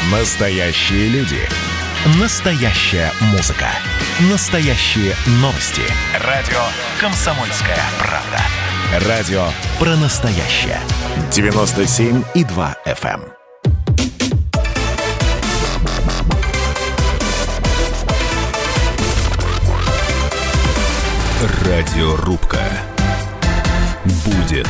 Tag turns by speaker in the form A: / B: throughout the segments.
A: Настоящие люди. Настоящая музыка. Настоящие новости. Радио «Комсомольская правда». Радио про настоящее. 97,2 FM. Радиорубка. Будет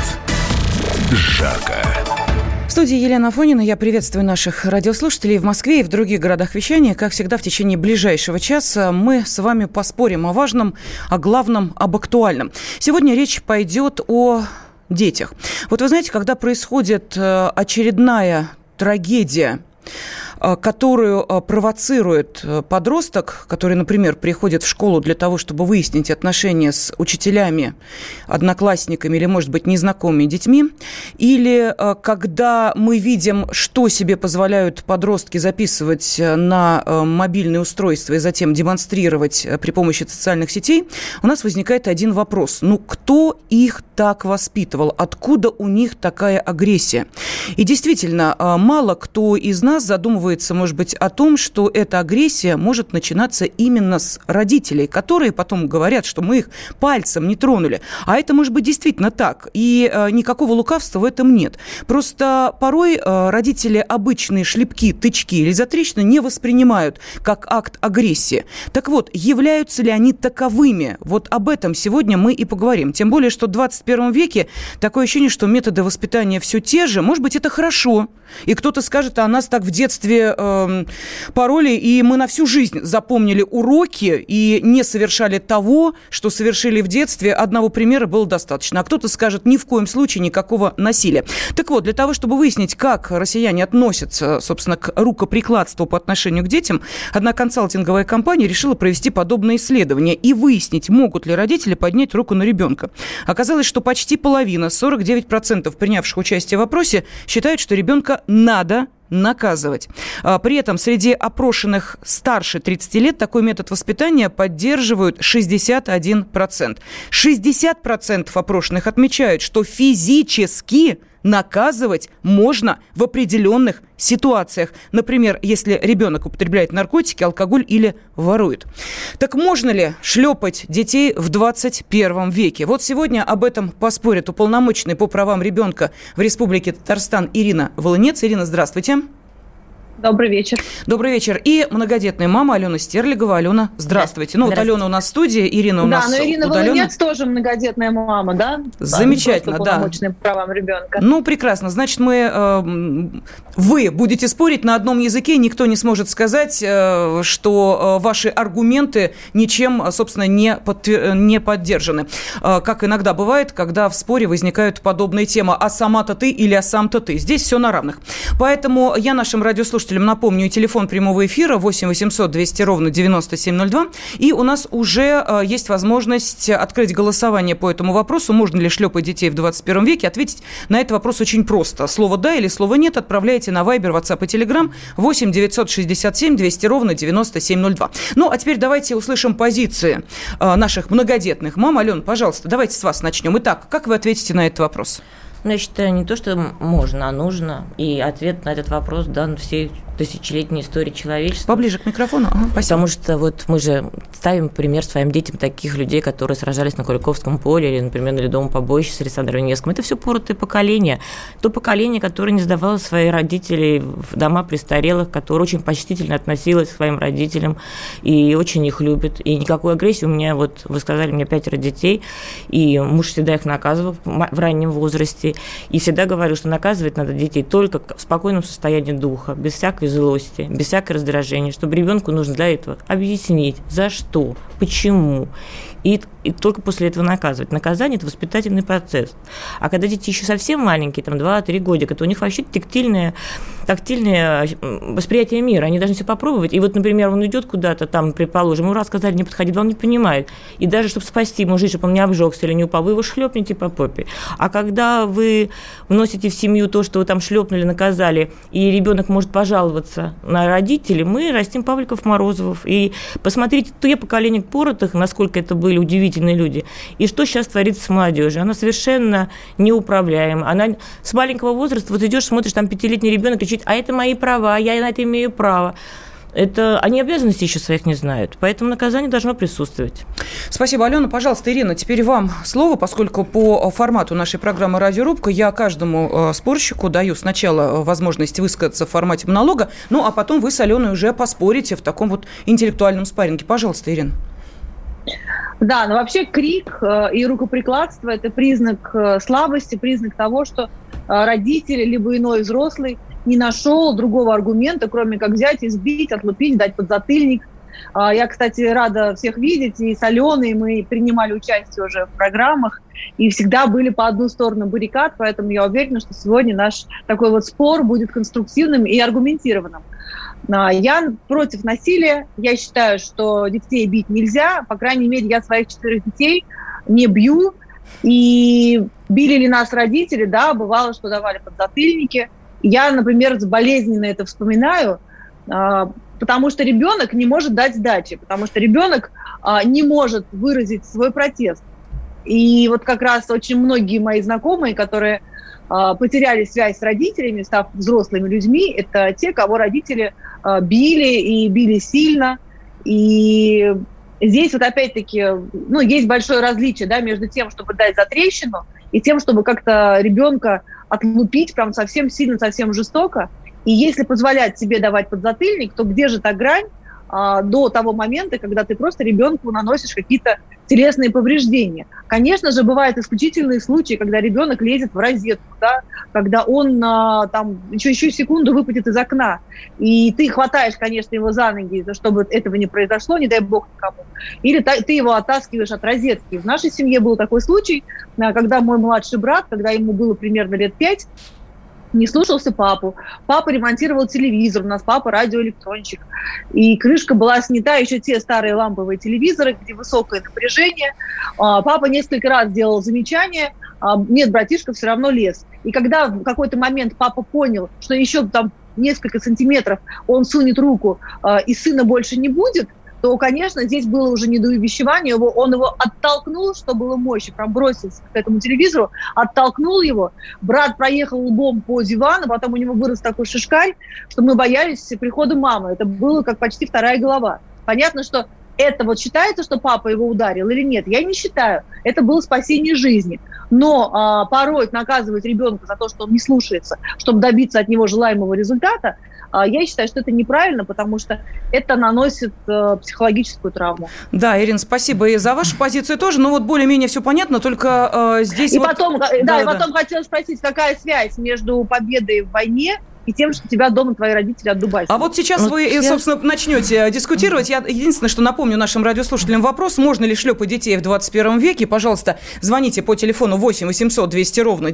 A: жарко.
B: В студии Елена Афонина. Я приветствую наших радиослушателей в Москве и в других городах вещания. Как всегда, в течение ближайшего часа мы с вами поспорим о важном, о главном, об актуальном. Сегодня речь пойдет о детях. Вот вы знаете, когда происходит очередная трагедия, которую провоцирует подросток, который, например, приходит в школу для того, чтобы выяснить отношения с учителями, одноклассниками или, может быть, незнакомыми детьми, или когда мы видим, что себе позволяют подростки записывать на мобильные устройства и затем демонстрировать при помощи социальных сетей, у нас возникает один вопрос. Ну, кто их так воспитывал? Откуда у них такая агрессия? И действительно, мало кто из нас задумывается, может быть, о том, что эта агрессия может начинаться именно с родителей, которые потом говорят, что мы их пальцем не тронули. А это может быть действительно так. И никакого лукавства в этом нет. Просто порой родители обычные шлепки, тычки или затрещины не воспринимают как акт агрессии. Так вот, являются ли они таковыми? Вот об этом сегодня мы и поговорим. Тем более, что в 21 веке такое ощущение, что методы воспитания все те же. Может быть, это хорошо. И кто-то скажет, а нас так в детстве пороли, и мы на всю жизнь запомнили уроки и не совершали того, что совершили в детстве. Одного примера было достаточно. А кто-то скажет, ни в коем случае никакого насилия. Так вот, для того, чтобы выяснить, как россияне относятся, собственно, к рукоприкладству по отношению к детям, одна консалтинговая компания решила провести подобное исследование и выяснить, могут ли родители поднять руку на ребенка. Оказалось, что почти половина, 49% принявших участие в опросе, считают, что ребенка надо наказывать. При этом среди опрошенных старше 30 лет такой метод воспитания поддерживают 61%. 60% опрошенных отмечают, что физически наказывать можно в определенных ситуациях. Например, если ребенок употребляет наркотики, алкоголь или ворует. Так можно ли шлепать детей в 21 веке? Вот сегодня об этом поспорит уполномоченный по правам ребенка в Республике Татарстан Ирина Волынец. Ирина, здравствуйте.
C: Добрый вечер.
B: Добрый вечер. И многодетная мама Алена Стерлигова. Алена, здравствуйте. Ну, вот Алена у нас в студии, Ирина у нас удаленно.
C: Да, но Ирина Волынец тоже многодетная мама, да?
B: Замечательно, да.
C: Уполномоченная по правам ребенка.
B: Ну, прекрасно. Значит, вы будете спорить на одном языке, никто не сможет сказать, что ваши аргументы ничем, собственно, не поддержаны. Как иногда бывает, когда в споре возникают подобные темы. А сама-то ты или а сам-то ты. Здесь все на равных. Поэтому я нашим радиослушателям напомню, телефон прямого эфира 8 800 200 ровно 9702. И у нас уже есть возможность открыть голосование по этому вопросу. Можно ли шлепать детей в 21 веке? Ответить на этот вопрос очень просто. Слово «да» или слово «нет» отправляйте на Viber, WhatsApp и Telegram 8 967 200 ровно 9702. Ну, а теперь давайте услышим позиции наших многодетных мам. Алена, пожалуйста, давайте с вас начнем. Итак, как вы ответите на этот вопрос?
D: Ну, я считаю, не то, что можно, а нужно. И ответ на этот вопрос дан всей тысячелетней истории человечества.
B: Поближе к микрофону. Ага, спасибо.
D: Потому что вот мы же ставим пример своим детям таких людей, которые сражались на Куликовском поле или, например, на Ледовом побоище с Александром Невским. Это все поротое поколение. То поколение, которое не сдавало своих родителей в дома престарелых, которое очень почтительно относилось к своим родителям и очень их любит. И никакой агрессии. У меня, вот вы сказали, у меня 5 детей, и муж всегда их наказывал в раннем возрасте. И всегда говорю, что наказывать надо детей только в спокойном состоянии духа, без всякой злости, без всякого раздражения, чтобы ребенку нужно для этого объяснить, за что, почему. И только после этого наказывать. Наказание – это воспитательный процесс. А когда дети еще совсем маленькие, там 2-3 годика, то у них вообще тактильное восприятие мира. Они должны все попробовать. И вот, например, он идет куда-то, там, предположим, ему раз сказали не подходить, он не понимает. И даже, чтобы спасти ему жизнь, чтобы он не обжегся или не упал, вы его шлепнете по попе. А когда вы вносите в семью то, что вы там шлепнули, наказали, и ребенок может пожаловаться на родителей, мы растим Павликов-Морозовых. И посмотрите, те поколения поротых, насколько это были удивительные удивительные люди. И что сейчас творится с молодежью? Она совершенно неуправляема. Она с маленького возраста, вот идешь, смотришь, там 5-летний ребенок кричит: а это мои права, я на это имею право. Они обязанностей еще своих не знают, поэтому наказание должно присутствовать.
B: Спасибо, Алена. Пожалуйста, Ирина, теперь вам слово, поскольку по формату нашей программы «Радиорубка» я каждому спорщику даю сначала возможность высказаться в формате монолога, ну, а потом вы с Аленой уже поспорите в таком вот интеллектуальном спарринге. Пожалуйста, Ирина.
C: Да, но вообще крик и рукоприкладство – это признак слабости, признак того, что родители либо иной взрослый не нашел другого аргумента, кроме как взять, избить, отлупить, дать подзатыльник. Я, кстати, рада всех видеть, и с Аленой мы принимали участие уже в программах, и всегда были по одну сторону баррикад, поэтому я уверена, что сегодня наш такой вот спор будет конструктивным и аргументированным. Я против насилия, я считаю, что детей бить нельзя, по крайней мере, я своих 4 детей не бью, и били ли нас родители, да, бывало, что давали подзатыльники. Я, например, болезненно это вспоминаю, потому что ребенок не может дать сдачи, потому что ребенок не может выразить свой протест. И вот как раз очень многие мои знакомые, которые потеряли связь с родителями, став взрослыми людьми, это те, кого родители били и били сильно. И здесь вот опять-таки, есть большое различие, да, между тем, чтобы дать затрещину, и тем, чтобы как-то ребенка отлупить прям совсем сильно, совсем жестоко. И если позволять себе давать подзатыльник, то где же та грань до того момента, когда ты просто ребенку наносишь какие-то телесные повреждения? Конечно же, бывают исключительные случаи, когда ребенок лезет в розетку, да, когда он там еще секунду выпадет из окна, и ты хватаешь, конечно, его за ноги, чтобы этого не произошло, не дай бог никому, или ты его оттаскиваешь от розетки. В нашей семье был такой случай, когда мой младший брат, когда ему было примерно лет 5, не слушался папу. Папа ремонтировал телевизор, у нас папа радиоэлектронщик. И крышка была снята, еще те старые ламповые телевизоры, где высокое напряжение. Папа несколько раз делал замечания, нет, братишка все равно лез. И когда в какой-то момент папа понял, что еще там несколько сантиметров он сунет руку, и сына больше не будет, то, конечно, здесь было уже не до увещевания, он его оттолкнул, что было мощи, прям бросился к этому телевизору, оттолкнул его, брат проехал лбом по дивану, потом у него вырос такой шишкарь, что мы боялись прихода мамы, это было как почти вторая голова. Понятно, что это вот считается, что папа его ударил или нет, я не считаю, это было спасение жизни. Но порой наказывать ребенка за то, что он не слушается, чтобы добиться от него желаемого результата, я считаю, что это неправильно, потому что это наносит психологическую травму. Да,
B: Ирина, спасибо и за вашу позицию тоже. Ну вот более-менее все понятно, только здесь...
C: И потом хотела спросить, какая связь между победой в войне и тем, что тебя дома твои родители отдубасили.
B: А вот сейчас вы, собственно, начнете дискутировать. Я единственное, что напомню нашим радиослушателям вопрос, можно ли шлепать детей в 21 веке. Пожалуйста, звоните по телефону 8 800 200 ровно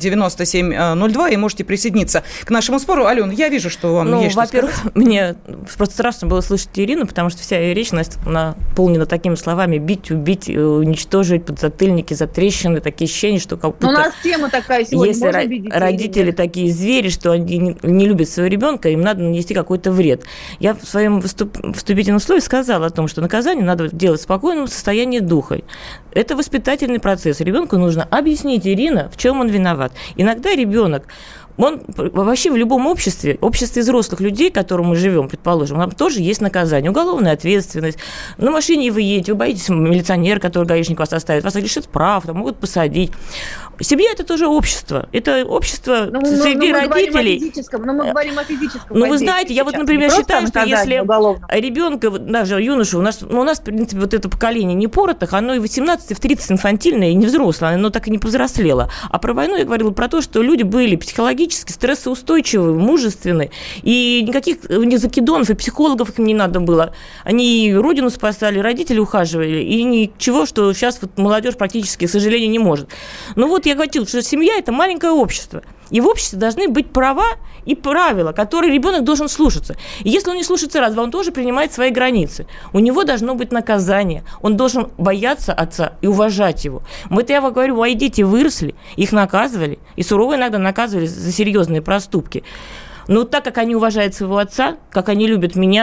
B: 9702 и можете присоединиться к нашему спору. Алена, я вижу, что вам есть что сказать.
D: Во-первых, мне просто страшно было слышать Ирину, потому что вся ее речь наполнена такими словами: бить, убить, уничтожить, подзатыльники, затрещины, такие ощущения, что как будто...
C: У нас тема такая сегодня,
D: если можно бить детей, родители такие звери, что они не любят своего ребенка, им надо нанести какой-то вред. Я в своем вступительном слове сказала о том, что наказание надо делать в спокойном состоянии духа. Это воспитательный процесс. Ребенку нужно объяснить, Ирина, в чем он виноват. Иногда ребенок, он вообще в любом обществе взрослых людей, в котором мы живем, предположим, там тоже есть наказание, уголовная ответственность. На машине вы едете, вы боитесь милиционера, который гаишник вас оставит, вас лишит прав, там могут посадить. Семья – это тоже общество. Это общество среди родителей.
C: Мы говорим о физическом.
D: Ну, вы знаете, я вот, например, считаю, что если ребенка, даже юношу, у нас, в принципе, вот это поколение непоротых, оно и в 18, и в 30 инфантильное, и не взрослое, оно так и не повзрослело. А про войну я говорила про то, что люди были психологически стрессоустойчивые, мужественные, и никаких ни закидонов, и психологов им не надо было. Они родину спасали, родители ухаживали, и ничего, что сейчас вот молодежь практически, к сожалению, не может. Ну вот я говорила, что семья – это маленькое общество. И в обществе должны быть права и правила, которые ребенок должен слушаться. И если он не слушается раз, он тоже принимает свои границы. У него должно быть наказание. Он должен бояться отца и уважать его. Я вам говорю, мои дети выросли, их наказывали, и сурово иногда наказывали за серьезные проступки. Но так как они уважают своего отца, как они любят меня,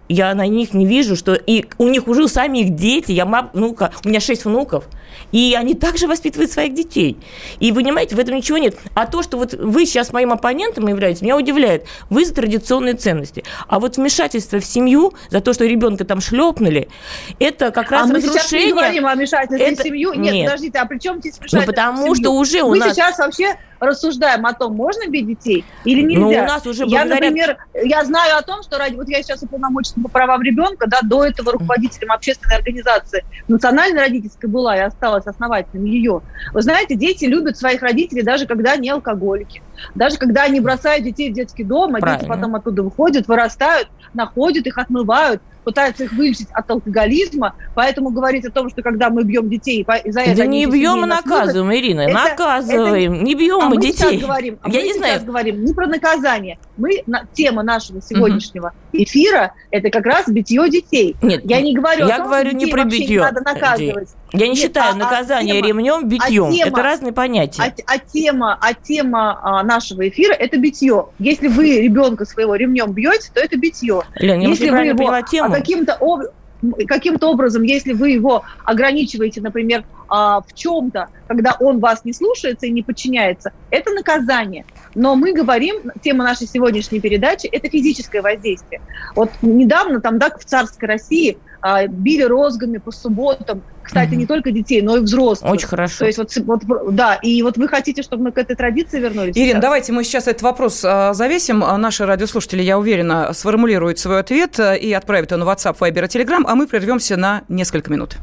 D: я на них не вижу, что и у них уже сами их дети, у меня 6 внуков, и они также воспитывают своих детей. И вы понимаете, в этом ничего нет. А то, что вот вы сейчас моим оппонентом являетесь, меня удивляет. Вы за традиционные ценности. А вот вмешательство в семью за то, что ребенка там шлепнули, это как раз разрушение. Мы сейчас не
C: говорим о вмешательстве в семью. Нет, подождите, а при чем здесь вмешательство в семью?
D: Потому что уже у нас...
C: Мы сейчас вообще рассуждаем о том, можно бить детей или нельзя.
D: Ну, у нас уже
C: например, я знаю о том, что вот я сейчас уполномочена по правам ребенка, да, до этого руководителем общественной организации национальной родительской была и осталась основателем ее. Вы знаете, дети любят своих родителей, даже когда они алкоголики, даже когда они бросают детей в детский дом, а дети потом оттуда выходят, вырастают, находят их, отмывают, пытаются их вылечить от алкоголизма, поэтому говорить о том, что когда мы бьем детей, за это...
D: Да не бьем, а наказываем, Ирина, наказываем, не бьем мы детей.
C: Я не знаю. Сейчас говорим не про наказание. Тема нашего сегодняшнего эфира – это как раз битье детей.
D: Нет,
C: я не говорю
D: о том, что детей
C: не про битье. Не надо наказывать.
D: Я не считаю наказание ремнем битьем. Это разные понятия.
C: Тема нашего эфира – это битье. Если вы ребенка своего ремнем бьете, то это битье.
D: Лен,
C: если вы его каким-то образом, если вы его ограничиваете, например, в чем-то, когда он вас не слушается и не подчиняется, это наказание. Но мы говорим, тема нашей сегодняшней передачи – это физическое воздействие. Вот недавно в царской России били розгами по субботам, кстати, не только детей, но и взрослых.
D: Очень хорошо.
C: То есть и вот вы хотите, чтобы мы к этой традиции вернулись?
B: Ирина, давайте мы сейчас этот вопрос завесим. Наши радиослушатели, я уверена, сформулируют свой ответ и отправят его на WhatsApp, Viber и Telegram, а мы прервемся на несколько минут.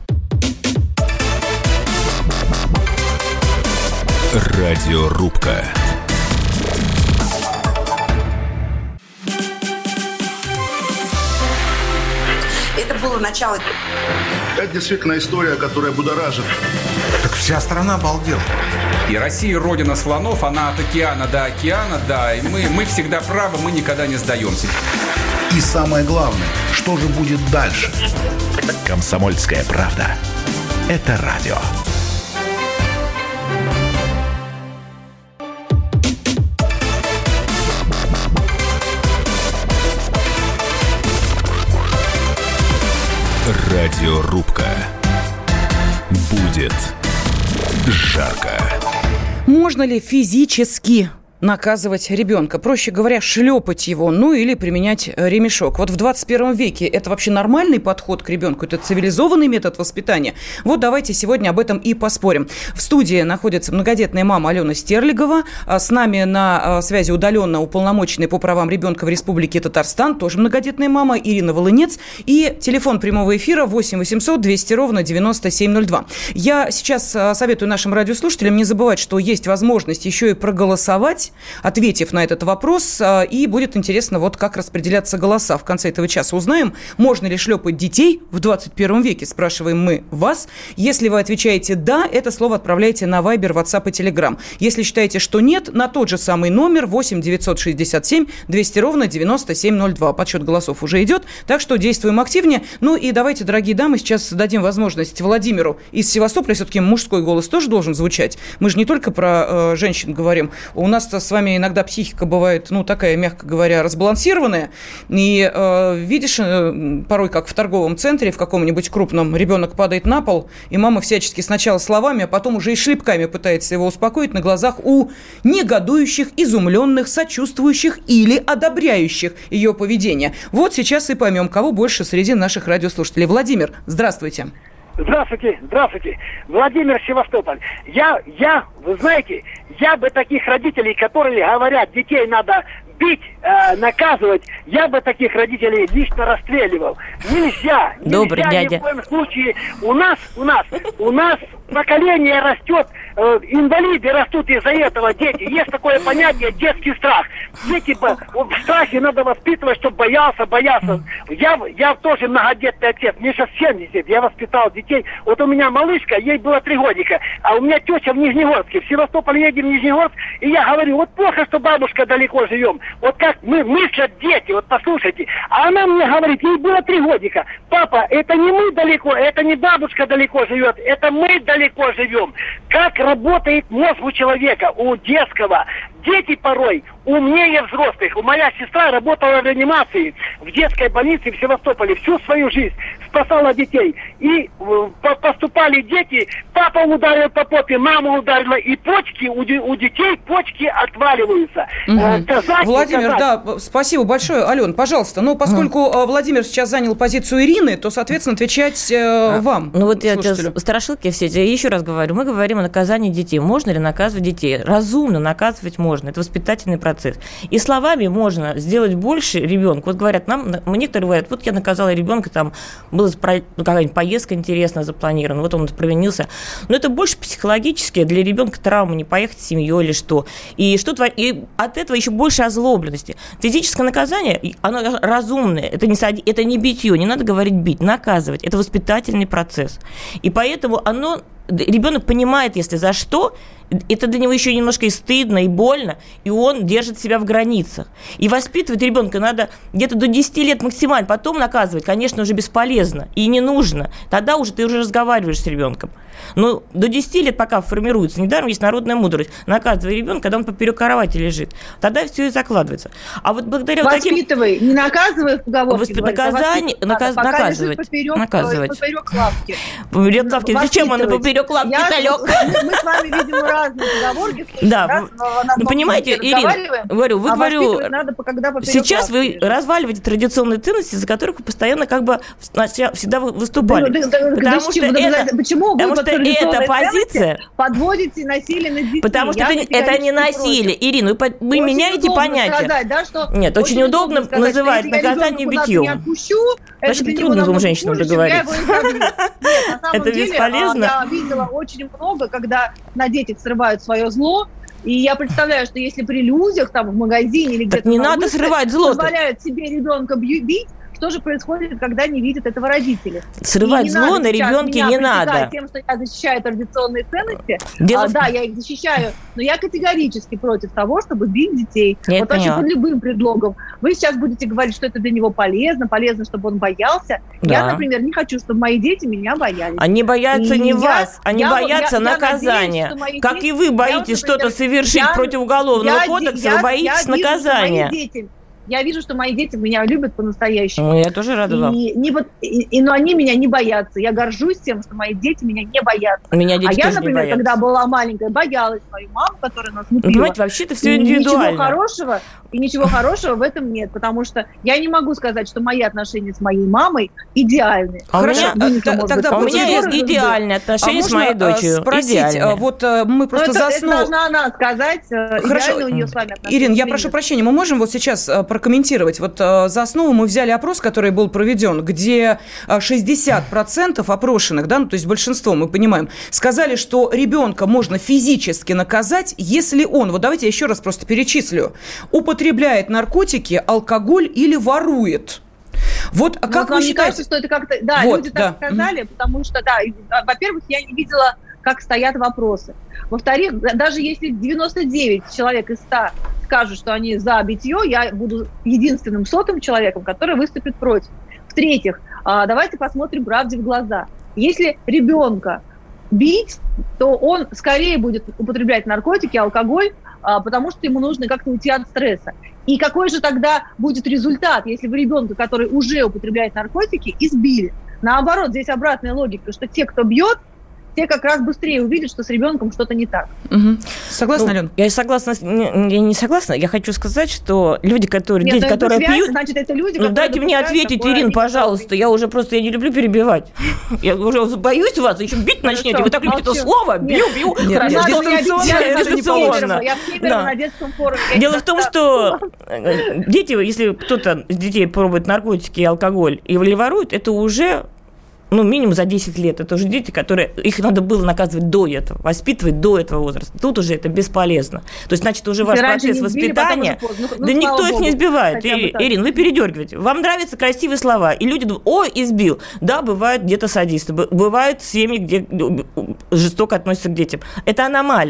A: Радиорубка.
E: Это было начало.
F: Это действительно история, которая будоражит.
G: Так вся страна обалдела.
H: И Россия родина слонов, она от океана до океана, да. И мы всегда правы, мы никогда не сдаемся.
F: И самое главное, что же будет дальше?
A: Комсомольская правда. Это радио. Радиорубка. Будет жарко.
B: Можно ли физически наказывать ребенка? Проще говоря, шлепать его, или применять ремешок. Вот в 21 веке это вообще нормальный подход к ребенку? Это цивилизованный метод воспитания? Вот давайте сегодня об этом и поспорим. В студии находится многодетная мама Алена Стерлигова. С нами на связи удаленно уполномоченный по правам ребенка в Республике Татарстан, тоже многодетная мама, Ирина Волынец. И телефон прямого эфира 8 800 200 ровно 9702. Я сейчас советую нашим радиослушателям не забывать, что есть возможность еще и проголосовать, ответив на этот вопрос, и будет интересно, как распределяться голоса. В конце этого часа узнаем, можно ли шлепать детей в 21 веке, спрашиваем мы вас. Если вы отвечаете «да», это слово отправляйте на Viber, WhatsApp и Telegram. Если считаете, что нет, на тот же самый номер 8 967 200 ровно 9702. Подсчет голосов уже идет, так что действуем активнее. И давайте, дорогие дамы, сейчас дадим возможность Владимиру из Севастополя, все-таки мужской голос тоже должен звучать. Мы же не только про женщин говорим. У нас-то с вами иногда психика бывает, такая, мягко говоря, разбалансированная. И видишь, порой, как в торговом центре, в каком-нибудь крупном, ребенок падает на пол, и мама всячески сначала словами, а потом уже и шлепками пытается его успокоить на глазах у негодующих, изумленных, сочувствующих или одобряющих ее поведение. Вот сейчас и поймем, кого больше среди наших радиослушателей. Владимир, здравствуйте.
I: Здравствуйте. Владимир, Севастополь. Вы знаете, я бы таких родителей, которые говорят, детей надо бить, наказывать, я бы таких родителей лично расстреливал. Нельзя
D: Добрый дядя.
I: Ни в коем случае. У нас поколение растет, инвалиды растут из-за этого, дети. Есть такое понятие детский страх. Дети в страхе надо воспитывать, чтобы боялся. Я тоже многодетный отец, мне сейчас 70, я воспитал детей. Вот у меня малышка, ей было 3 годика, а у меня теща в Нижнегорске. В Севастополь едем в Нижнегорск, и я говорю, вот плохо, что бабушка далеко живем. Вот как мыслят дети, вот послушайте. А она мне говорит, ей было 3 годика. Папа, это не мы далеко, это не бабушка далеко живет, это мы далеко живем. Как работает мозг у человека, у детского. Дети порой умнее взрослых. Моя сестра работала в реанимации в детской больнице в Севастополе всю свою жизнь. Спасала детей. И поступали дети, папа ударил по попе, мама ударила, и почки, у детей почки отваливаются.
B: Владимир, да, спасибо большое. Ален, пожалуйста, поскольку Владимир сейчас занял позицию Ирины, то, соответственно, отвечать вам.
D: Страшилки все эти, я еще раз говорю, мы говорим о наказании детей. Можно ли наказывать детей? Разумно наказывать можно. Это воспитательный процесс. И словами можно сделать больше ребенку. Вот говорят, некоторые говорят, вот я наказала ребенка, там была какая-нибудь поездка интересная запланирована, вот он провинился. Но это больше психологически для ребенка травма, не поехать с семьей или что. И от этого еще больше озлобленности. Физическое наказание, оно разумное. Это не битье, не надо говорить бить, наказывать. Это воспитательный процесс. И поэтому ребенок понимает, если за что, это для него еще немножко и стыдно, и больно, и он держит себя в границах. И воспитывать ребенка надо где-то до 10 лет максимально, потом наказывать, конечно, уже бесполезно и не нужно. Тогда ты уже разговариваешь с ребенком. Но до 10 лет пока формируется, недаром есть народная мудрость, наказывай ребенка, когда он поперек кровати лежит. Тогда все и закладывается. А вот благодаря
C: воспитывай, не наказывай в поговорке.
D: Наказывать.
C: Поперек лавки.
D: Поперек лавки. Зачем он поперек лавки-то лег?
C: Мы с вами видим разные поговорки.
D: Да. Понимаете, Ирина, говорю, сейчас вы разваливаете традиционные ценности, за которых вы постоянно всегда выступали.
C: Почему вы
D: эта позиция
C: подводите насилие над детьми?
D: Потому что это не насилие. Ирина, вы меняете понятие. Нет, очень удобно называть наказание битьем. Значит, трудно двум женщинам договориться.
C: Это бесполезно. Я видела очень много, когда на детях срывают свое зло. И я представляю, что если при людях, там, в магазине или где-то...
D: не надо срывать зло.
C: Позволяют себе ребенка бить. Что же происходит, когда не видят этого родители?
D: Срывать зло на ребенке не надо.
C: Тем, что я защищаю традиционные ценности, да, я их защищаю, но я категорически против того, чтобы бить детей. Вот вообще под любым предлогом. Вы сейчас будете говорить, что это для него полезно, чтобы он боялся. Да. Я, например, не хочу, чтобы мои дети меня боялись.
D: Они боятся не вас, они боятся наказания. Как и вы боитесь что-то совершить против уголовного кодекса, вы боитесь наказания.
C: Я вижу, что мои дети меня любят по-настоящему.
D: Я тоже рада вам.
C: Но они меня не боятся. Я горжусь тем, что мои дети меня не боятся.
D: Меня дети
C: я, например, когда была маленькая, боялась свою маму, которая нас любила.
D: Понимаете, вообще-то все индивидуально.
C: Ничего хорошего в этом нет, потому что я не могу сказать, что мои отношения с моей мамой идеальны.
D: У меня есть идеальные отношения с моей дочерью.
B: Спросить, вот мы просто заснули.
C: Это должна она сказать, идеальные у нее с вами отношения.
B: Ирина, я прошу прощения, мы можем вот сейчас прокомментировать? Вот за основу мы взяли опрос, который был проведен, где 60% опрошенных, да, то есть большинство, мы понимаем, сказали, что ребенка можно физически наказать, если он, вот давайте я еще раз просто перечислю, употребляет наркотики, алкоголь или ворует. Вот, а как вы считаете?
C: Кажется, что это как-то... Да, вот, люди так сказали, потому что, во-первых, я не видела, как стоят вопросы. Во-вторых, даже если 99 человек из 100 скажут, что они за битье, я буду единственным 100-м человеком, который выступит против. В-третьих, давайте посмотрим правде в глаза. Если ребенка бить, то он скорее будет употреблять наркотики, алкоголь, потому что ему нужно как-то уйти от стресса. И какой же тогда будет результат, если вы ребенка, который уже употребляет наркотики, избили? Наоборот, здесь обратная логика, что те, кто бьет, те как раз быстрее увидят, что с ребенком что-то не так.
B: Угу. Согласна, Алена?
D: Я согласна. Я не согласна. Я хочу сказать, что люди, которые... дети, которые пьют...
C: Значит, это люди,
D: дайте мне ответить, Ирина, пожалуйста. Я не люблю перебивать. Я уже боюсь вас, еще бить начнете. Вы так любите это слово. Бью.
C: Хорошо, дистанционно. Я на детском форуме.
D: Дело в том, что дети, если кто-то из детей пробует наркотики и алкоголь и ворует, это уже... минимум за 10 лет. Это уже дети, их надо было наказывать до этого, воспитывать до этого возраста. Тут уже это бесполезно. То есть, значит, уже ваш процесс воспитания... Да никто их не избивает. Ирина, вы передергиваете. Вам нравятся красивые слова. И люди думают, ой, избил. Да, бывают где-то садисты. Бывают семьи, где жестоко относятся к детям. Это аномалия.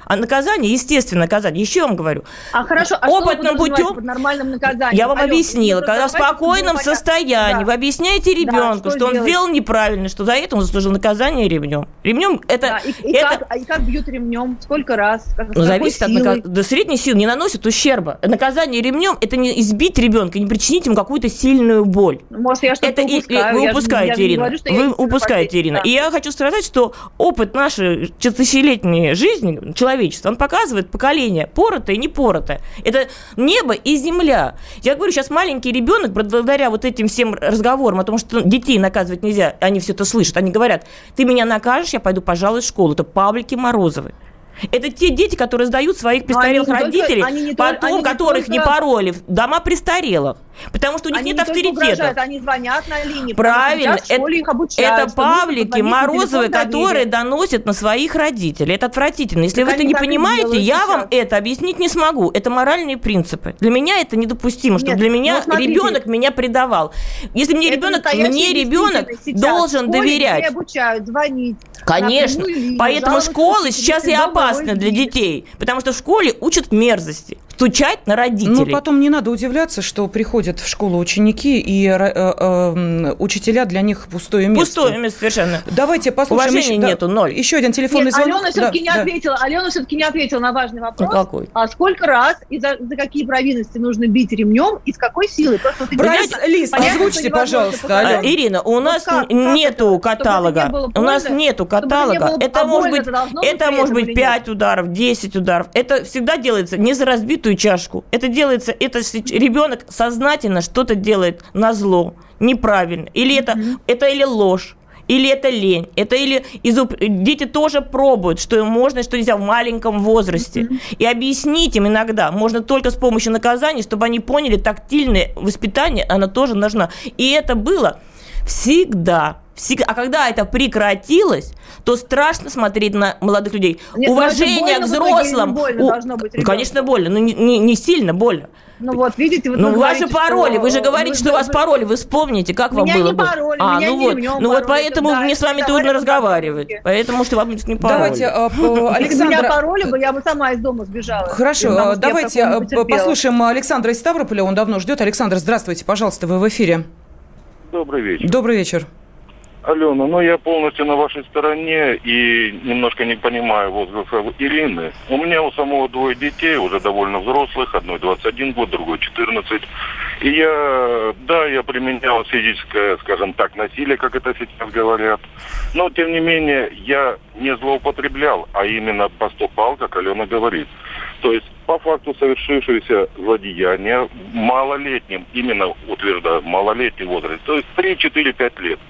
D: А наказание, естественно, наказание. Еще я вам говорю.
C: Хорошо,
D: опытным путем
C: под нормальным наказанием?
D: Я вам объяснила, когда в спокойном состоянии вы объясняете ребенку, что он сделал неправильно, что за это он заслужил наказание ремнем. Ремнем это...
C: И как бьют ремнем? Сколько раз?
D: Зависит от наказания. До средней силы не наносит ущерба. Наказание ремнем – это не избить ребенка, не причинить ему какую-то сильную боль.
C: Может, я что-то упускаю.
D: Вы упускаете, Ирина. Вы упускаете, Ирина. И я хочу сказать, что опыт нашей тысячелетней жизни, человечества, он показывает поколение поротое и непоротое. Это небо и земля. Я говорю, сейчас маленький ребенок, благодаря вот этим всем разговорам о том, что детей наказывать нельзя, они все это слышат, они говорят: ты меня накажешь, я пойду, пожалуй, в школу. Это Павлики Морозовы. Это те дети, которые сдают своих престарелых родителей, потом которых не пороли в дома престарелых. Потому что у них нет авторитета.
C: Они звонят на линии.
D: Правильно. Это Павлики Морозовы, которые доносят на своих родителей. Это отвратительно. Если вы это не понимаете, я вам это объяснить не смогу. Это моральные принципы. Для меня это недопустимо, чтобы для меня ребенок меня предавал. Если мне ребенок должен доверять.
C: Обучают звонить.
D: Конечно. Поэтому школы сейчас и опасны для детей. Потому что в школе учат мерзости. Стучать на родителей.
B: Но потом не надо удивляться, что приходят в школу ученики, и учителя для них пустое место.
D: Пустое место, совершенно.
B: Давайте послушаем.
D: Уважения нету, ноль.
B: Еще один телефонный звонок.
C: Алена все-таки не ответила на важный вопрос.
D: Какой?
C: А сколько раз и за какие провинности нужно бить ремнем и с какой силой?
B: Лист, озвучьте, пожалуйста, Алена.
D: Ирина, у нас нету каталога. У нас нету каталога. Это может быть 5 ударов, 10 ударов. Это всегда делается не за разбитую чашку. Это делается, ребенок сознательно что-то делает назло, неправильно. Или это или ложь, или это лень, это или дети тоже пробуют, что им можно, что нельзя в маленьком возрасте. И объяснить им иногда можно только с помощью наказаний, чтобы они поняли, тактильное воспитание, оно тоже нужно. И это было всегда. А когда это прекратилось, то страшно смотреть на молодых людей.
C: Нет,
D: уважение к взрослым.
C: Должно быть,
D: конечно, больно, но не сильно больно.
C: Ну вот, видите,
D: вы ваши пароли, вы же говорите, что у вас пароли, вы вспомните, как вам было бы. Вот поэтому мне с вами трудно разговаривать. Поэтому что вам не пароли.
B: Давайте, Александра...
C: Меня пароли бы, я бы сама из дома сбежала.
B: Хорошо, давайте послушаем Александра из Ставрополя, он давно ждет. Александр, здравствуйте, пожалуйста, вы в эфире.
J: Добрый вечер.
B: Добрый вечер.
J: Алена, я полностью на вашей стороне и немножко не понимаю возгласа Ирины. У меня у самого 2 детей, уже довольно взрослых, одной 21 год, другой 14. И я применял физическое, скажем так, насилие, как это сейчас говорят. Но, тем не менее, я не злоупотреблял, а именно поступал, как Алена говорит. То есть, по факту совершившегося злодеяния малолетним, именно утверждаю, малолетний возраст, то есть 3-4-5 лет.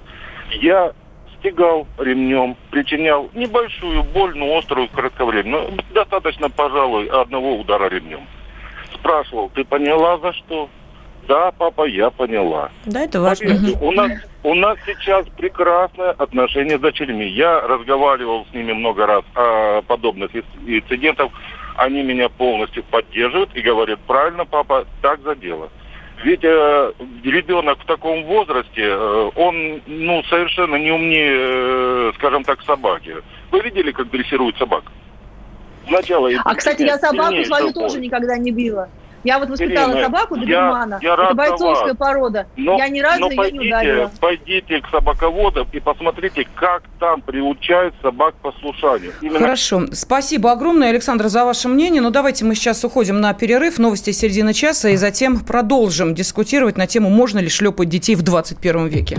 J: Я стегал ремнем, причинял небольшую боль, но острую, кратковременную. Достаточно, пожалуй, одного удара ремнем. Спрашивал: ты поняла, за что? Да, папа, я поняла.
D: Да, это важно.
J: Поверьте, у нас сейчас прекрасное отношение с дочерьми. Я разговаривал с ними много раз о подобных инцидентах. Они меня полностью поддерживают и говорят: правильно, папа, так за дело. Ведь ребенок в таком возрасте, он совершенно не умнее, скажем так, собаки. Вы видели, как дрессируют собак? Сначала
C: кстати, я собаку свою тоже никогда не била. Я вот воспитала собаку добермана. Это бойцовская порода. Я ни разу ее не ударила.
J: Пойдите к собаководам и посмотрите, как там приучают собак к послушанию.
B: Хорошо. Спасибо огромное, Александр, за ваше мнение. Но давайте мы сейчас уходим на перерыв, новости середины часа, и затем продолжим дискутировать на тему, можно ли шлепать детей в 21 веке.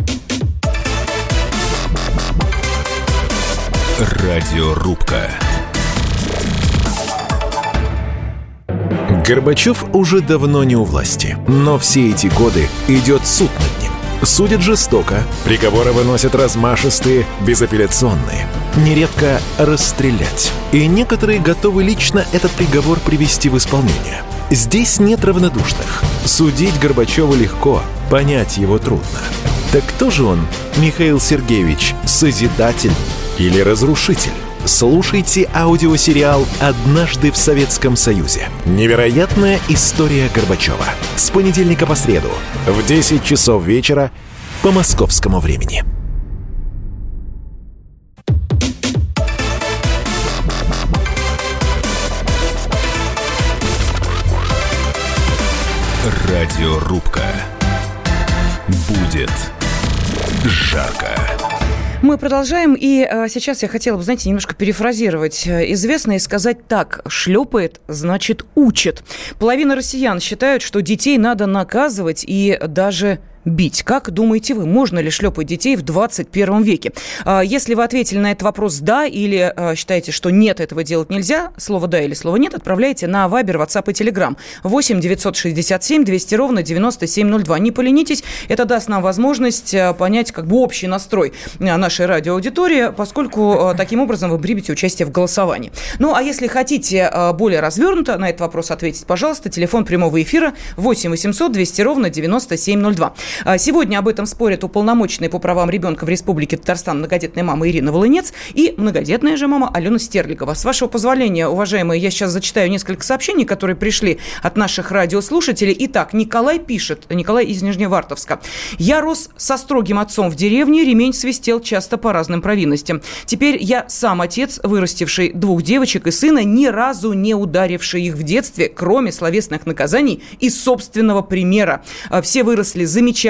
A: Радиорубка. Горбачев уже давно не у власти, но все эти годы идет суд над ним. Судят жестоко, приговоры выносят размашистые, безапелляционные. Нередко расстрелять. И некоторые готовы лично этот приговор привести в исполнение. Здесь нет равнодушных. Судить Горбачева легко, понять его трудно. Так кто же он, Михаил Сергеевич, созидатель или разрушитель? Слушайте аудиосериал «Однажды в Советском Союзе». Невероятная история Горбачева. С понедельника по среду в 10 часов вечера по московскому времени. Радиорубка. Будет жарко.
B: Мы продолжаем, и сейчас я хотела бы, знаете, немножко перефразировать известное и сказать так: шлепает, значит, учит. Половина россиян считают, что детей надо наказывать и даже бить. Как думаете вы, можно ли шлепать детей в 21 веке? Если вы ответили на этот вопрос «да» или считаете, что нет, этого делать нельзя, слово «да» или слово «нет» отправляйте на Viber, WhatsApp и Telegram 8 967 200 ровно 9702. Не поленитесь, это даст нам возможность понять как бы общий настрой нашей радиоаудитории, поскольку таким образом вы примете участие в голосовании. Ну, а если хотите более развернуто на этот вопрос ответить, пожалуйста, телефон прямого эфира 8 800 200 ровно 9702. Сегодня об этом спорят уполномоченные по правам ребенка в Республике Татарстан многодетная мама Ирина Волынец и многодетная же мама Алена Стерлигова. С вашего позволения, уважаемые, я сейчас зачитаю несколько сообщений, которые пришли от наших радиослушателей. Итак, Николай пишет, Николай из Нижневартовска. «Я рос со строгим отцом в деревне, ремень свистел часто по разным провинностям. Теперь я сам отец, вырастивший 2 девочек и сына, ни разу не ударивший их в детстве, кроме словесных наказаний и собственного примера. Все выросли замечательными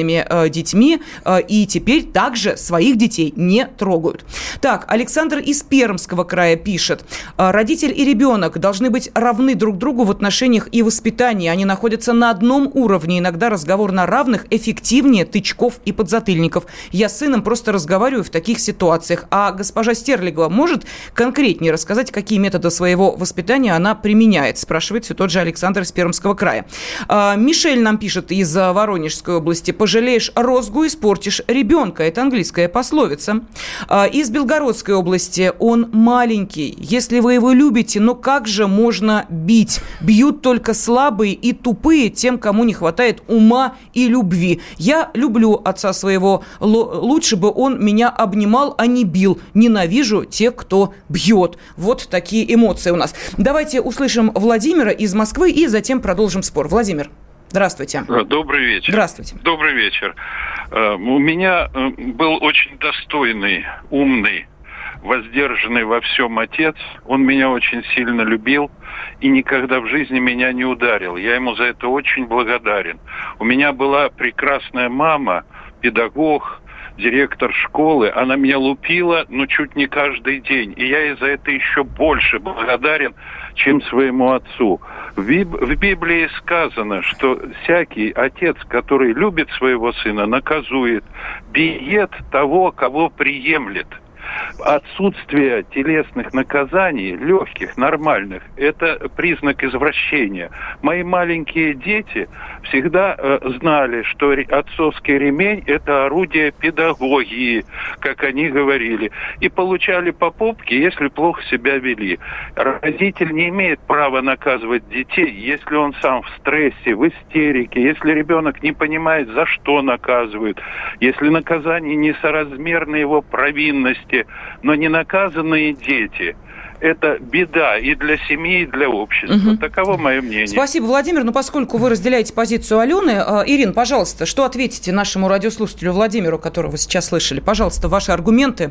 B: детьми и теперь также своих детей не трогают». Так, Александр из Пермского края пишет. «Родитель и ребенок должны быть равны друг другу в отношениях и воспитании. Они находятся на одном уровне. Иногда разговор на равных эффективнее тычков и подзатыльников. Я с сыном просто разговариваю в таких ситуациях». А госпожа Стерлигова может конкретнее рассказать, какие методы своего воспитания она применяет? Спрашивает все тот же Александр из Пермского края. Мишель нам пишет из Воронежской области. «Пожалеешь розгу, испортишь ребенка». Это английская пословица. Из Белгородской области. «Он маленький. Если вы его любите, но как же можно бить? Бьют только слабые и тупые, тем, кому не хватает ума и любви. Я люблю отца своего. Лучше бы он меня обнимал, а не бил. Ненавижу тех, кто бьет». Вот такие эмоции у нас. Давайте услышим Владимира из Москвы и затем продолжим спор. Владимир. Здравствуйте.
K: Добрый вечер.
B: Здравствуйте.
K: Добрый вечер. У меня был очень достойный, умный, воздержанный во всем отец. Он меня очень сильно любил и никогда в жизни меня не ударил. Я ему за это очень благодарен. У меня была прекрасная мама, педагог, директор школы. Она меня лупила, но чуть не каждый день. И я ей за это еще больше благодарен, чем своему отцу. В Библии сказано, что всякий отец, который любит своего сына, наказует, биет того, кого приемлет. Отсутствие телесных наказаний, легких, нормальных, это признак извращения. Мои маленькие дети всегда знали, что отцовский ремень – это орудие педагогии, как они говорили, и получали по попке, если плохо себя вели. Родитель не имеет права наказывать детей, если он сам в стрессе, в истерике, если ребенок не понимает, за что наказывают, если наказание несоразмерно его провинности. Но ненаказанные дети – это беда и для семьи, и для общества. Таково мое мнение.
B: Спасибо, Владимир. Но поскольку вы разделяете позицию Алены, Ирин, пожалуйста, что ответите нашему радиослушателю Владимиру, которого вы сейчас слышали? Пожалуйста, ваши аргументы.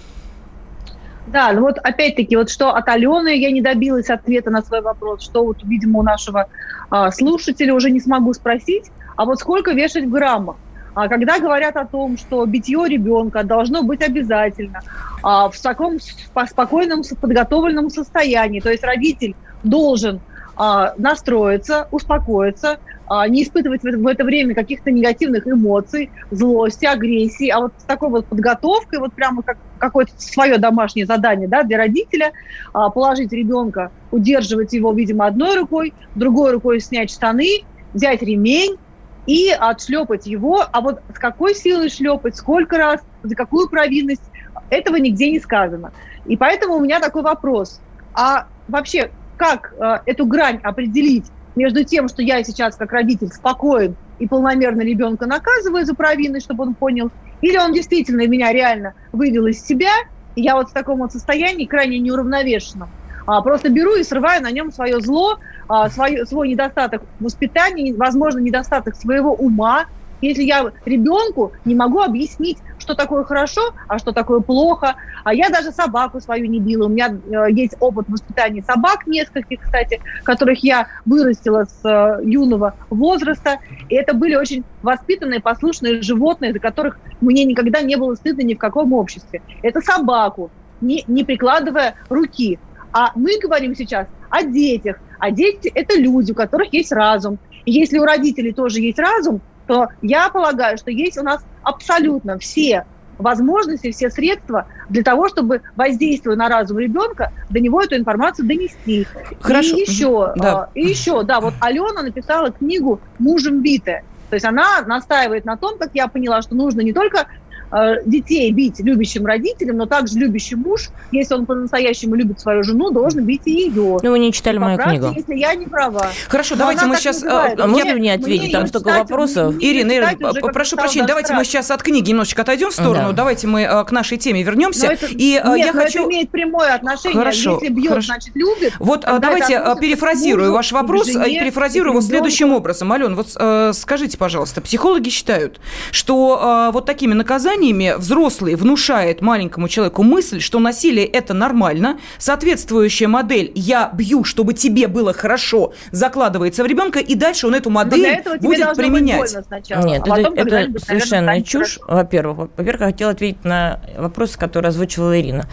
C: Да, ну вот опять-таки, вот что от Алены я не добилась ответа на свой вопрос, что вот, видимо, у нашего слушателя уже не смогу спросить, а вот сколько вешать в граммах? Когда говорят о том, что битье ребенка должно быть обязательно в таком спокойном, подготовленном состоянии, то есть родитель должен настроиться, успокоиться, не испытывать в это время каких-то негативных эмоций, злости, агрессии, а вот с такой вот подготовкой, вот прямо как какое-то свое домашнее задание, да, для родителя, положить ребенка, удерживать его, видимо, одной рукой, другой рукой снять штаны, взять ремень, и отшлепать его, а вот с какой силой шлепать, сколько раз, за какую провинность, этого нигде не сказано. И поэтому у меня такой вопрос. А вообще, как эту грань определить между тем, что я сейчас как родитель спокоен и полномерно ребенка наказываю за провинность, чтобы он понял, или он действительно меня реально вывел из себя, и я вот в таком вот состоянии крайне неуравновешенном. Просто беру и срываю на нем свое зло, свой недостаток в воспитании, возможно, недостаток своего ума, если я ребенку не могу объяснить, что такое хорошо, а что такое плохо. А я даже собаку свою не била. У меня есть опыт воспитания собак нескольких, кстати, которых я вырастила с юного возраста. И это были очень воспитанные, послушные животные, за которых мне никогда не было стыдно ни в каком обществе. Это собаку, не прикладывая руки. А мы говорим сейчас о детях. А дети – это люди, у которых есть разум. И если у родителей тоже есть разум, то я полагаю, что есть у нас абсолютно все возможности, все средства для того, чтобы, воздействуя на разум ребенка, до него эту информацию донести.
B: Хорошо.
C: И еще, вот Алена написала книгу «Мужем битая». То есть она настаивает на том, как я поняла, что нужно не только детей бить любящим родителям, но также любящий муж, если он по-настоящему любит свою жену, должен бить и ее.
D: Ну, вы не читали мою книгу.
C: Если я не права.
B: Хорошо, давайте мы сейчас...
D: Можно мне ответить? Там столько вопросов.
B: Ирина, прошу прощения, давайте мы сейчас от книги немножечко отойдем в сторону. Давайте мы к нашей теме вернемся.
C: Это имеет прямое отношение. Если бьет, значит любит.
B: Вот давайте перефразирую ваш вопрос, перефразирую его следующим образом. Алена, вот скажите, пожалуйста, психологи считают, что вот такими наказаниями взрослый внушает маленькому человеку мысль, что насилие – это нормально, соответствующая модель «я бью, чтобы тебе было хорошо» закладывается в ребенка, и дальше он эту модель будет применять.
D: Нет, это совершенно чушь, во-первых. Во-первых, я хотела ответить на вопросы, которые озвучивала Ирина.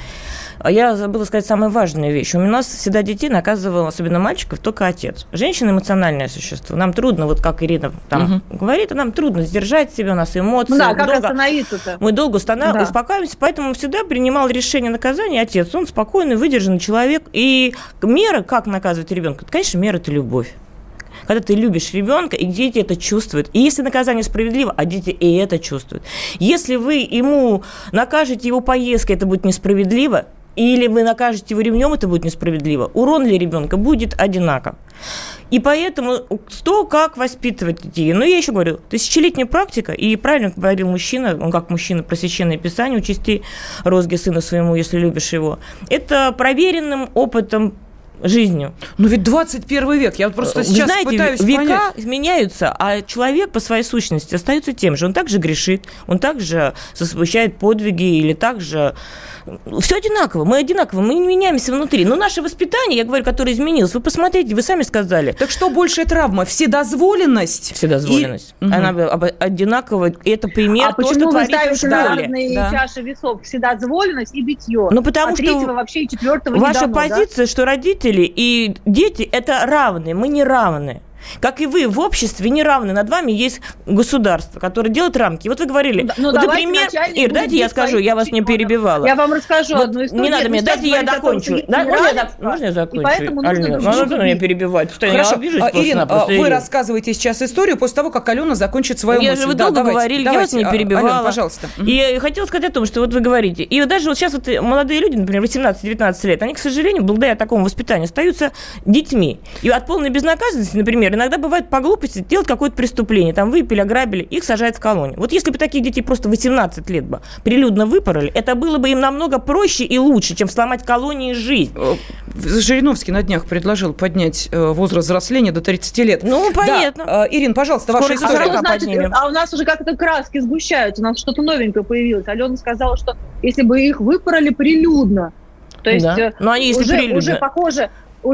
D: Я забыла сказать самую важную вещь. У нас всегда детей наказывал, особенно мальчиков, только отец. Женщина – эмоциональное существо. Нам трудно, вот как Ирина там говорит, нам трудно сдержать себя, у нас эмоции.
C: Да, как остановиться-то?
D: Мы долго успокаиваемся, поэтому всегда принимал решение наказания отец. Он спокойный, выдержанный человек. И мера, как наказывать ребенка, конечно, мера – это любовь. Когда ты любишь ребенка, и дети это чувствуют. И если наказание справедливо, а дети и это чувствуют. Если вы ему накажете его поездкой, это будет несправедливо, или вы накажете его ремнем, это будет несправедливо. Урон для ребенка будет одинаков. И поэтому что, как воспитывать детей? Ну, я еще говорю, тысячелетняя практика, и правильно говорил мужчина, он как мужчина про Священное Писание, участи розги сына своему, если любишь его. Это проверенным опытом жизнью.
B: Но ведь 21 век, я просто сейчас пытаюсь понять.
D: Века изменяются, а человек по своей сущности остается тем же. Он также грешит, он также совершает подвиги или также... Все одинаково, мы одинаково, мы не меняемся внутри. Но наше воспитание, я говорю, которое изменилось, вы посмотрите, вы сами сказали.
B: Так что большая травма? Вседозволенность?
D: Вседозволенность. Она одинаковая, это пример того, что творится в школе.
C: А почему вы ставите разные чаши весов? Вседозволенность и битье.
D: Ну, потому что
C: вообще и четвертого
D: ваша
C: не дано,
D: позиция, что родители и дети – это равные, мы не равны. Как и вы в обществе не равны. Над вами есть государство, которое делает рамки. Вот вы говорили, вот, например, Ир, дайте я скажу, я вас не перебивала.
C: Я вам расскажу одну историю.
D: Не надо мне, дайте я закончу. Можно я закончу?
C: Поэтому нужно
D: меня перебивать.
B: Хорошо, Ирина, вы рассказываете сейчас историю после того, как Алена закончит свою мысль.
D: Вы долго говорили, я вас не перебивала.
B: Алена, пожалуйста.
D: И хотела сказать о том, что вот вы говорите. И даже вот сейчас вот молодые люди, например, 18-19 лет, они, к сожалению, благодаря такому воспитанию остаются детьми. И от полной безнаказанности, например, иногда бывает по глупости делать какое-то преступление, там выпили, ограбили, их сажают в колонию. Вот если бы таких детей просто 18 лет бы прилюдно выпороли, это было бы им намного проще и лучше, чем сломать колонии жизнь.
B: Жириновский на днях предложил поднять возраст взросления до 30 лет.
D: Ну, понятно.
B: Да. Ирина, пожалуйста, ваша история.
C: А у нас уже как-то краски сгущаются, у нас что-то новенькое появилось. Алена сказала, что если бы их выпороли прилюдно, то есть
D: но они
C: уже похоже...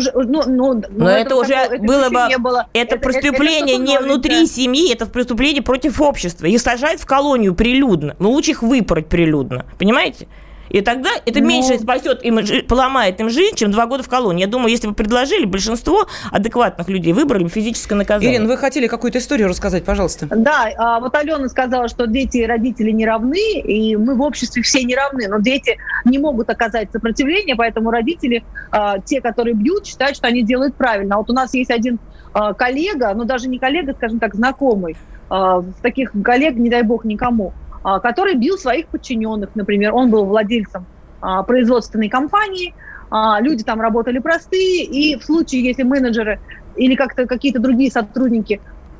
D: Но это уже было бы... Это преступление не внутри семьи, это преступление против общества. Их сажают в колонию прилюдно. Но лучше их выпороть прилюдно. Понимаете? И тогда это меньше спасет им, поломает им жизнь, чем 2 года в колонии. Я думаю, если бы предложили, большинство адекватных людей выбрали бы физическое наказание.
B: Ирина, вы хотели какую-то историю рассказать, пожалуйста.
C: Да, вот Алена сказала, что дети и родители не равны, и мы в обществе все не равны, но дети не могут оказать сопротивление, поэтому родители, те, которые бьют, считают, что они делают правильно. А вот у нас есть один коллега, ну даже не коллега, скажем так, знакомый, таких коллег, не дай бог, никому, который бил своих подчиненных, например. Он был владельцем производственной компании, люди там работали простые, и в случае, если менеджеры или как-то какие-то другие сотрудники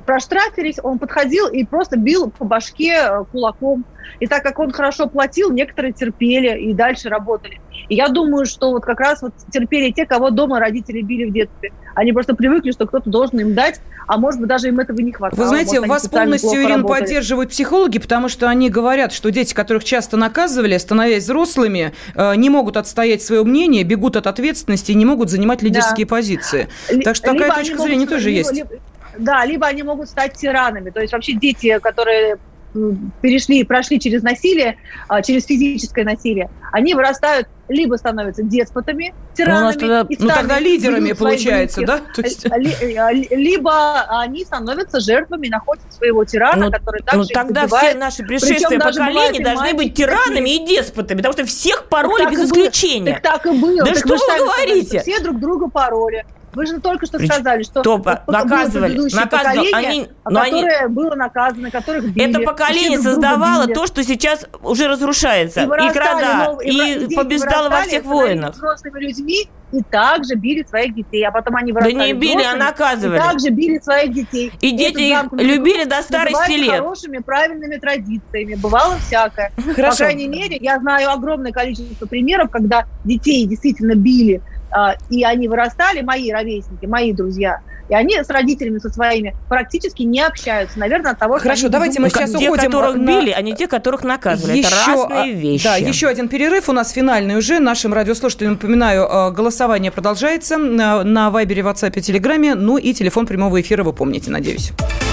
C: проштрафились, он подходил и просто бил по башке кулаком. И так как он хорошо платил, некоторые терпели и дальше работали. И я думаю, что вот как раз вот терпели те, кого дома родители били в детстве. Они просто привыкли, что кто-то должен им дать, а может быть, даже им этого не хватало.
B: Вы знаете, вас полностью, Ирина, поддерживают психологи, потому что они говорят, что дети, которых часто наказывали, становясь взрослыми, не могут отстоять свое мнение, бегут от ответственности и не могут занимать лидерские позиции. Так что такая точка зрения тоже есть.
C: Либо они могут стать тиранами. То есть вообще дети, которые прошли через насилие, через физическое насилие, они вырастают, либо становятся деспотами, тиранами.
B: Тогда лидерами, получается, да?
C: Либо они становятся жертвами, находят своего тирана, который также
D: тогда
C: избивает.
D: все наши предшествия поколения должны быть тиранами и деспотами, потому что всех пороли без исключения.
C: Так и было.
D: Да что вы говорите?
C: Все друг друга пороли. Вы же только что сказали, что
D: наказывали,
C: которое было наказано, которых били.
D: Это поколение создавало то, что сейчас уже разрушается. И города, и побеждало во всех войнах.
C: Взрослыми людьми и также били своих детей. А потом они вырастали.
D: Да не били, а наказывали.
C: И также били своих детей.
D: И дети их любили до старости лет.
C: Хорошими, правильными традициями. Бывало всякое. Хорошо. По крайней мере, я знаю огромное количество примеров, когда детей действительно били, и они вырастали, мои ровесники, мои друзья, и они с родителями, со своими, практически не общаются. Наверное, от того,
B: что... Хорошо, давайте мы сейчас уходим...
D: Те, которых били, а не те, которых наказывали. Это разные вещи.
B: Да, еще один перерыв. У нас финальный уже. Нашим радиослушателям, напоминаю, голосование продолжается на Вайбере, WhatsApp, Телеграме. Ну и телефон прямого эфира вы помните, надеюсь.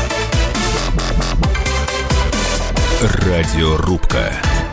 A: Радиорубка.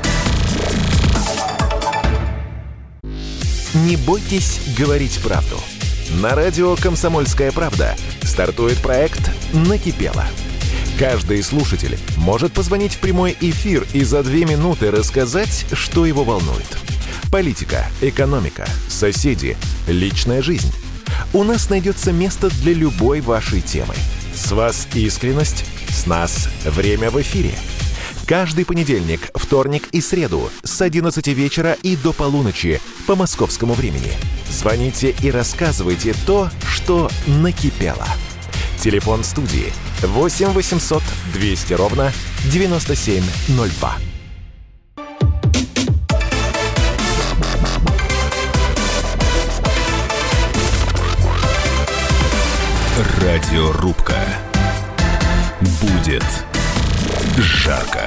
A: Не бойтесь говорить правду. На радио «Комсомольская правда» стартует проект «Накипело». Каждый слушатель может позвонить в прямой эфир и за 2 минуты рассказать, что его волнует. Политика, экономика, соседи, личная жизнь. У нас найдется место для любой вашей темы. С вас искренность, с нас время в эфире. Каждый понедельник, вторник и среду с 11 вечера и до полуночи по московскому времени. Звоните и рассказывайте то, что накипело. Телефон студии 8 800 200 ровно 9702. Радиорубка. Будет жарко.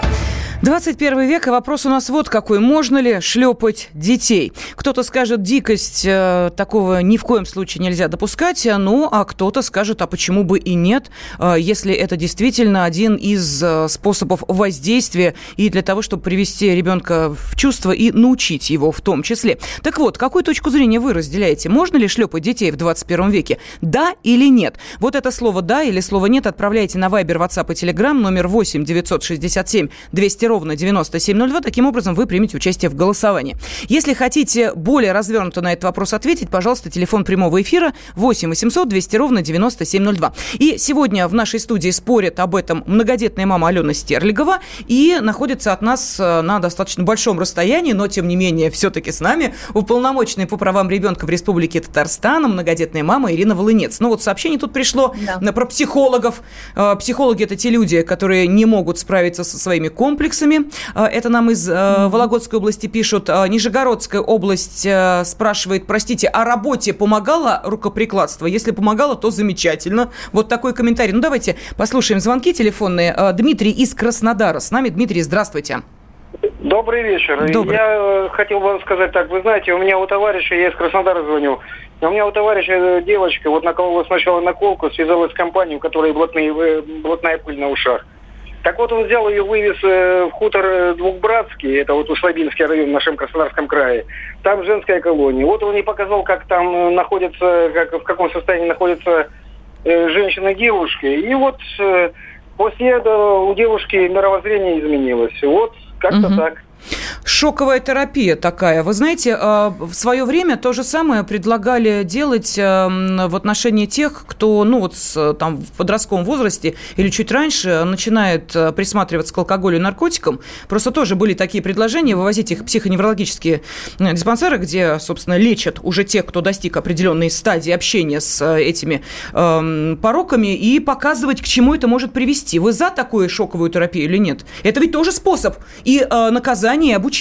B: 21 век, и вопрос у нас вот какой. Можно ли шлепать детей? Кто-то скажет, дикость, такого ни в коем случае нельзя допускать, ну, а кто-то скажет, а почему бы и нет, если это действительно один из способов воздействия и для того, чтобы привести ребенка в чувство и научить его в том числе. Так вот, какую точку зрения вы разделяете? Можно ли шлепать детей в 21 веке? Да или нет? Вот это слово «да» или слово «нет» отправляйте на Вайбер, WhatsApp и Telegram номер 8 967 200 ровно 9702. Таким образом, вы примете участие в голосовании. Если хотите более развернуто на этот вопрос ответить, пожалуйста, телефон прямого эфира 8 800 200 ровно 9702. И сегодня в нашей студии спорит об этом многодетная мама Алена Стерлигова и находится от нас на достаточно большом расстоянии, но, тем не менее, все-таки с нами уполномоченная по правам ребенка в Республике Татарстан многодетная мама Ирина Волынец. Ну вот сообщение тут пришло про психологов. Психологи – это те люди, которые не могут справиться со своими комплексами. Это нам из Вологодской области пишут. Нижегородская область спрашивает, простите, о работе помогало рукоприкладство? Если помогало, то замечательно. Вот такой комментарий. Ну, давайте послушаем звонки телефонные. Дмитрий из Краснодара с нами. Дмитрий, здравствуйте.
L: Добрый вечер.
B: Добрый.
L: Я хотел бы сказать так. Вы знаете, у меня у товарища, я из Краснодара звоню, у меня у товарища девочка вот наколола сначала наколку, связалась с компанией, у которой блатная пыль на ушах. Так вот, он взял ее, вывез в хутор Двухбратский, это вот Услабинский район в нашем Краснодарском крае. Там женская колония. Вот он ей показал, как там находится, в каком состоянии находится женщина и девушка. И вот после этого у девушки мировоззрение изменилось. Вот как-то так.
B: Шоковая терапия такая. Вы знаете, в свое время то же самое предлагали делать в отношении тех, кто там, в подростковом возрасте или чуть раньше начинает присматриваться к алкоголю и наркотикам. Просто тоже были такие предложения вывозить их в психоневрологические диспансеры, где, собственно, лечат уже тех, кто достиг определенной стадии общения с этими пороками, и показывать, к чему это может привести. Вы за такую шоковую терапию или нет? Это ведь тоже способ и наказание, и обучение.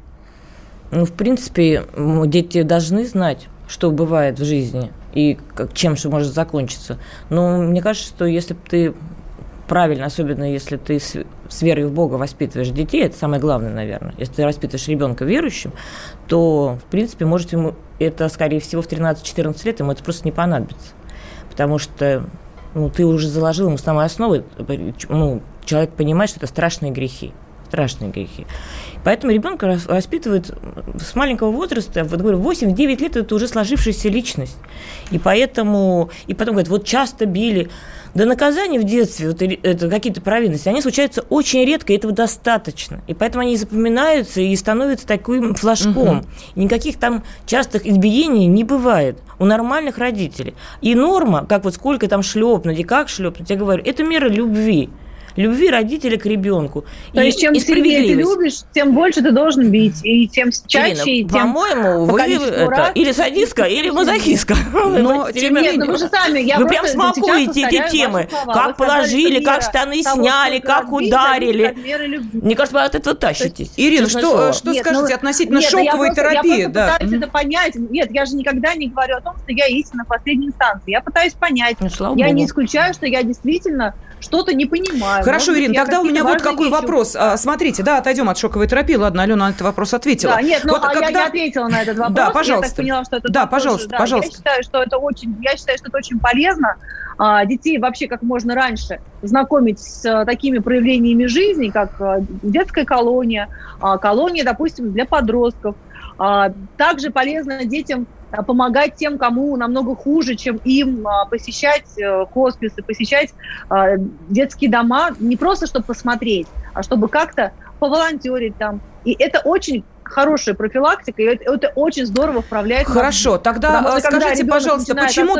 D: В принципе, дети должны знать, что бывает в жизни и чем что может закончиться. Но мне кажется, что если ты правильно, особенно если ты с верой в Бога воспитываешь детей, это самое главное, наверное. Если ты воспитываешь ребенка верующим, то, в принципе, может ему это, скорее всего, в 13-14 лет ему это просто не понадобится. Потому что ты уже заложил ему самые основы. Человек понимает, что это страшные грехи. Страшные грехи. Поэтому ребенка воспитывают с маленького возраста, вот говорю, 8-9 лет это уже сложившаяся личность. И потом говорят, вот часто били. Да наказания в детстве, это какие-то провинности, они случаются очень редко, и этого достаточно. И поэтому они запоминаются и становятся таким флажком. И никаких там частых избиений не бывает у нормальных родителей. И норма, как вот сколько там шлепнуть и как шлепнуть, я говорю, это мера любви. Любви родителя к ребенку.
C: То есть, чем сильнее ты любишь, тем больше ты должен бить. И тем чаще,
D: Ирина,
C: и тем...
D: По-моему, вы это или садистка, или мазохистка.
C: Но, тем не менее, вы же сами...
D: Вы прям смакуете эти темы. Как положили, как штаны сняли, как ударили. Мне кажется, вы от этого тащитесь.
B: Ирина, что скажете относительно шоковой терапии?
C: Я просто пытаюсь это понять. Нет, я же никогда не говорю о том, что я истина в последней инстанции. Я пытаюсь понять. Я не исключаю, что я действительно что-то не понимаю.
B: Хорошо, Ирина, тогда у меня вот какой вопрос. Смотрите, отойдем от шоковой терапии. Ладно, Алена на этот вопрос ответила.
C: Да, нет, я ответила на этот вопрос.
B: Да, пожалуйста.
C: Я так поняла, что это
B: пожалуйста.
C: Я считаю, что это очень полезно. Детей вообще как можно раньше знакомить с такими проявлениями жизни, как детская колония, колония, допустим, для подростков. Также полезно детям помогать тем, кому намного хуже, чем им, посещать хосписы, посещать детские дома, не просто чтобы посмотреть, а чтобы как-то поволонтерить там. И это очень хорошая профилактика, и это очень здорово вправляет.
B: Хорошо, тогда скажите, пожалуйста, почему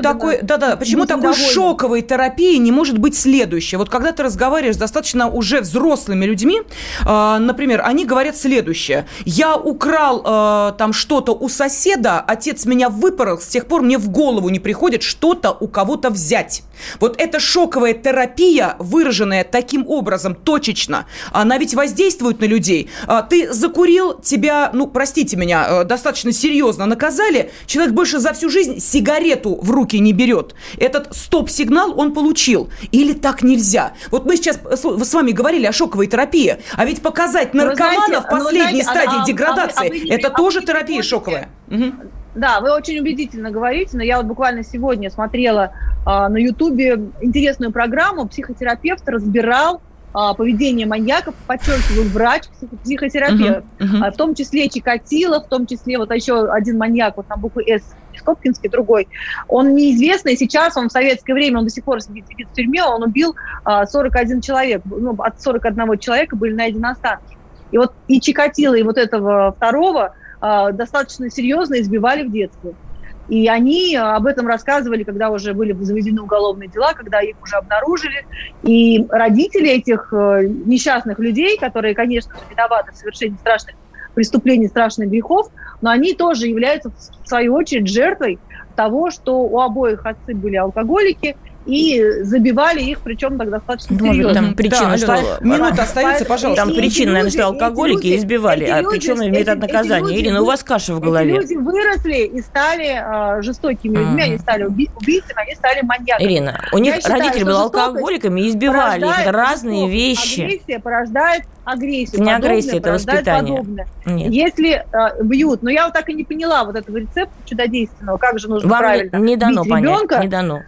B: такой шоковой терапии не может быть следующее? Вот когда ты разговариваешь с достаточно уже взрослыми людьми, например, они говорят следующее: я украл там что-то у соседа, отец меня выпорол, с тех пор мне в голову не приходит что-то у кого-то взять. Вот эта шоковая терапия, выраженная таким образом, точечно, она ведь воздействует на людей. Ты закурил, тебя, простите меня, достаточно серьезно наказали, человек больше за всю жизнь сигарету в руки не берет. Этот стоп-сигнал он получил. Или так нельзя? Вот мы сейчас с вами говорили о шоковой терапии, а ведь показать наркомана в последней стадии деградации, это тоже терапия шоковая.
C: Да, вы очень убедительно говорите, но я вот буквально сегодня смотрела на Ютубе интересную программу, психотерапевт разбирал поведение маньяков, подчеркиваю, врач, психотерапевт, в том числе Чикатило, в том числе вот еще один маньяк, вот на букву «С», Скобкинский, другой. Он неизвестный, сейчас он в советское время, он до сих пор сидит в тюрьме, он убил 41 человек, от 41 человека были найдены останки. И вот и Чикатило, и вот этого второго достаточно серьезно избивали в детстве. И они об этом рассказывали, когда уже были заведены уголовные дела, когда их уже обнаружили. И родители этих несчастных людей, которые, конечно, виноваты в совершении страшных преступлений, страшных грехов, но они тоже являются, в свою очередь, жертвой того, что у обоих отцы были алкоголики, и забивали их, причем так достаточно серьезно.
D: Там причина,
B: минута остается, пожалуйста.
D: Там причина, наверное, что алкоголики избивали, а причем имеет наказание. Ирина, у вас каша в голове.
C: Эти люди выросли и стали жестокими людьми, они стали убийцами, они стали маньяками.
D: Ирина, у них родители были алкоголиками и избивали их. Это разные вещи.
C: Агрессия порождает агрессию.
D: Не агрессия, это воспитание.
C: Если бьют, но я вот так и не поняла вот этого рецепта чудодейственного, как же нужно правильно
D: не дано
C: бить
D: понять,
C: ребенка.
D: Не дано.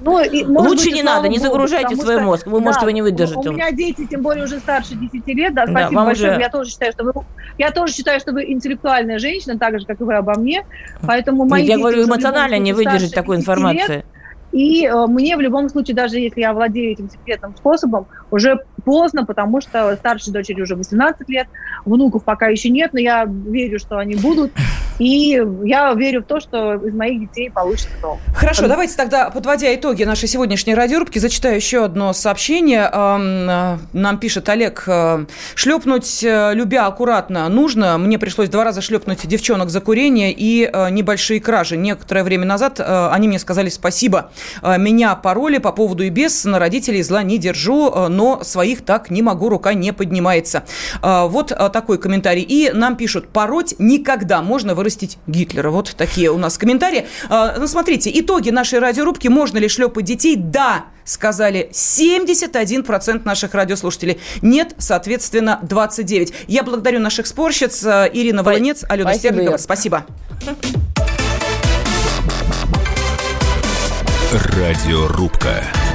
C: Лучше
D: не надо, не загружайте свой мозг, вы можете его не выдержать.
C: У меня дети, тем более, уже старше 10 лет, да, спасибо большое. Я тоже считаю, что вы интеллектуальная женщина, так же, как и вы обо мне, поэтому мои дети...
D: Я говорю, эмоционально не выдержать такой информации.
C: И мне в любом случае, даже если я владею этим секретным способом, уже поздно, потому что старшей дочери уже 18 лет, внуков пока еще нет, но я верю, что они будут. И я верю в то, что из моих детей получится дом.
B: Хорошо, давайте тогда, подводя итоги нашей сегодняшней радиорубки, зачитаю еще одно сообщение. Нам пишет Олег: шлепнуть, любя аккуратно, нужно. Мне пришлось 2 раза шлепнуть девчонок за курение и небольшие кражи. Некоторое время назад они мне сказали спасибо. Меня пороли по поводу и без, на родителей зла не держу, но своих так не могу, рука не поднимается. Вот такой комментарий. И нам пишут: пороть никогда, можно вырастить Гитлера. Вот такие у нас комментарии. Ну, смотрите, итоги нашей радиорубки. Можно ли шлепать детей? Да, сказали 71% наших радиослушателей. Нет, соответственно, 29%. Я благодарю наших спорщиц. Ирина Волынец, Алена Стерлигова. Спасибо.
A: Радиорубка.